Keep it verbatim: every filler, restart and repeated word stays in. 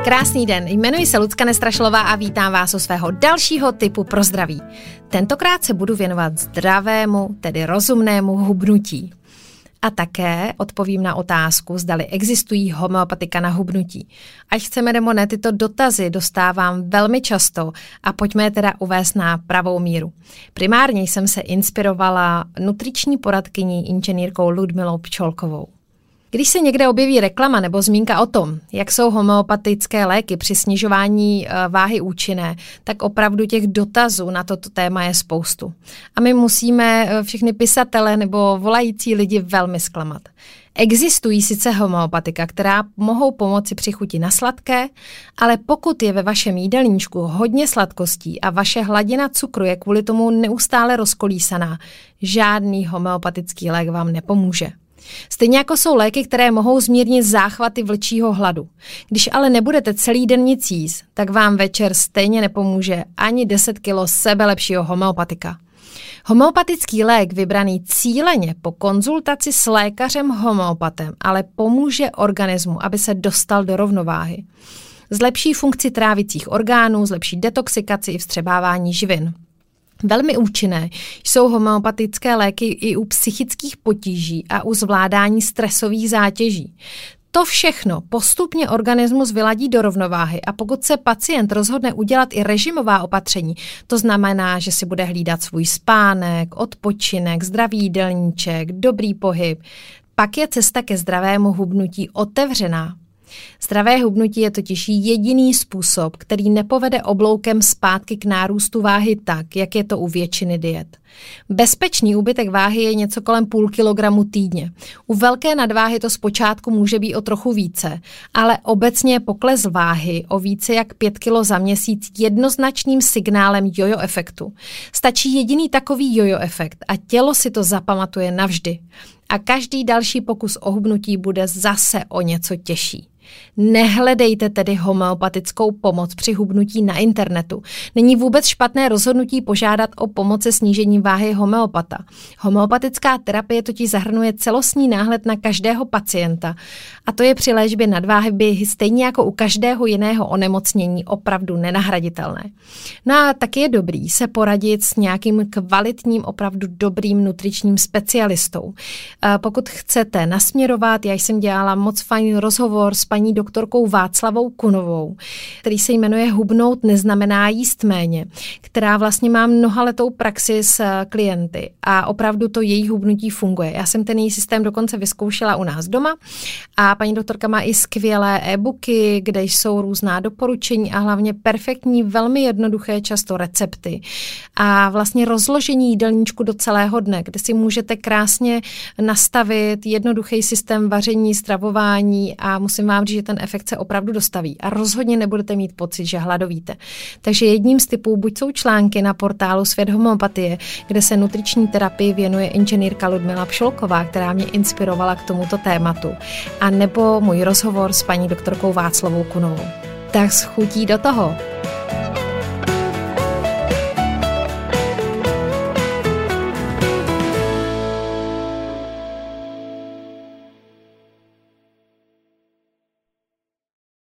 Krásný den, jmenuji se Lucka Nestrašilová a vítám vás u svého dalšího tipu pro zdraví. Tentokrát se budu věnovat zdravému, tedy rozumnému hubnutí. A také odpovím na otázku, zdali existují homeopatika na hubnutí. Ať chceme nebo ne, tyto dotazy dostávám velmi často a pojďme je teda uvést na pravou míru. Primárně jsem se inspirovala nutriční poradkyní inženýrkou Ludmilou Pčolkovou. Když se někde objeví reklama nebo zmínka o tom, jak jsou homeopatické léky při snižování váhy účinné, tak opravdu těch dotazů na toto téma je spoustu. A my musíme všechny pisatele nebo volající lidi velmi zklamat. Existují sice homeopatika, která mohou pomoci při chuti na sladké, ale pokud je ve vašem jídelníčku hodně sladkostí a vaše hladina cukru je kvůli tomu neustále rozkolísaná, žádný homeopatický lék vám nepomůže. Stejně jako jsou léky, které mohou zmírnit záchvaty vlčího hladu. Když ale nebudete celý den nic jíst, tak vám večer stejně nepomůže ani deset kilo sebelepšího homeopatika. Homeopatický lék vybraný cíleně po konzultaci s lékařem homeopatem ale pomůže organismu, aby se dostal do rovnováhy. Zlepší funkci trávicích orgánů, zlepší detoxikaci i vstřebávání živin. Velmi účinné jsou homeopatické léky i u psychických potíží a u zvládání stresových zátěží. To všechno postupně organismus vyladí do rovnováhy a pokud se pacient rozhodne udělat i režimová opatření, to znamená, že si bude hlídat svůj spánek, odpočinek, zdravý jídelníček, dobrý pohyb, pak je cesta ke zdravému hubnutí otevřená. Zdravé hubnutí je totiž jediný způsob, který nepovede obloukem zpátky k nárůstu váhy tak, jak je to u většiny diet. Bezpečný úbytek váhy je něco kolem půl kilogramu týdně. U velké nadváhy to zpočátku může být o trochu více, ale obecně je pokles váhy o více jak pět kilo za měsíc jednoznačným signálem jojo efektu. Stačí jediný takový jojo efekt a tělo si to zapamatuje navždy. A každý další pokus o hubnutí bude zase o něco těžší. Nehledejte tedy homeopatickou pomoc při hubnutí na internetu. Není vůbec špatné rozhodnutí požádat o pomoc se snížením váhy homeopata. Homeopatická terapie totiž zahrnuje celostní náhled na každého pacienta a to je při léčbě nadváhy stejně jako u každého jiného onemocnění opravdu nenahraditelné. No a taky je dobrý se poradit s nějakým kvalitním, opravdu dobrým nutričním specialistou. Pokud chcete nasměrovat, já jsem dělala moc fajn rozhovor s paní doktorkou Václavou Kunovou, který se jmenuje Hubnout neznamená jíst méně, která vlastně má mnohaletou praxi s klienty a opravdu to její hubnutí funguje. Já jsem ten její systém dokonce vyzkoušela u nás doma a paní doktorka má i skvělé e-booky, kde jsou různá doporučení a hlavně perfektní, velmi jednoduché často recepty a vlastně rozložení jídelníčku do celého dne, kde si můžete krásně nastavit jednoduchý systém vaření, stravování a musím vám říct, že ten efekt se opravdu dostaví a rozhodně nebudete mít pocit, že hladovíte. Takže jedním z typů buď jsou články na portálu Svět homeopatie, kde se nutriční terapii věnuje inženýrka Ludmila Pčolková, která mě inspirovala k tomuto tématu, a nebo můj rozhovor s paní doktorkou Václavou Kunovou. Tak s chutí do toho!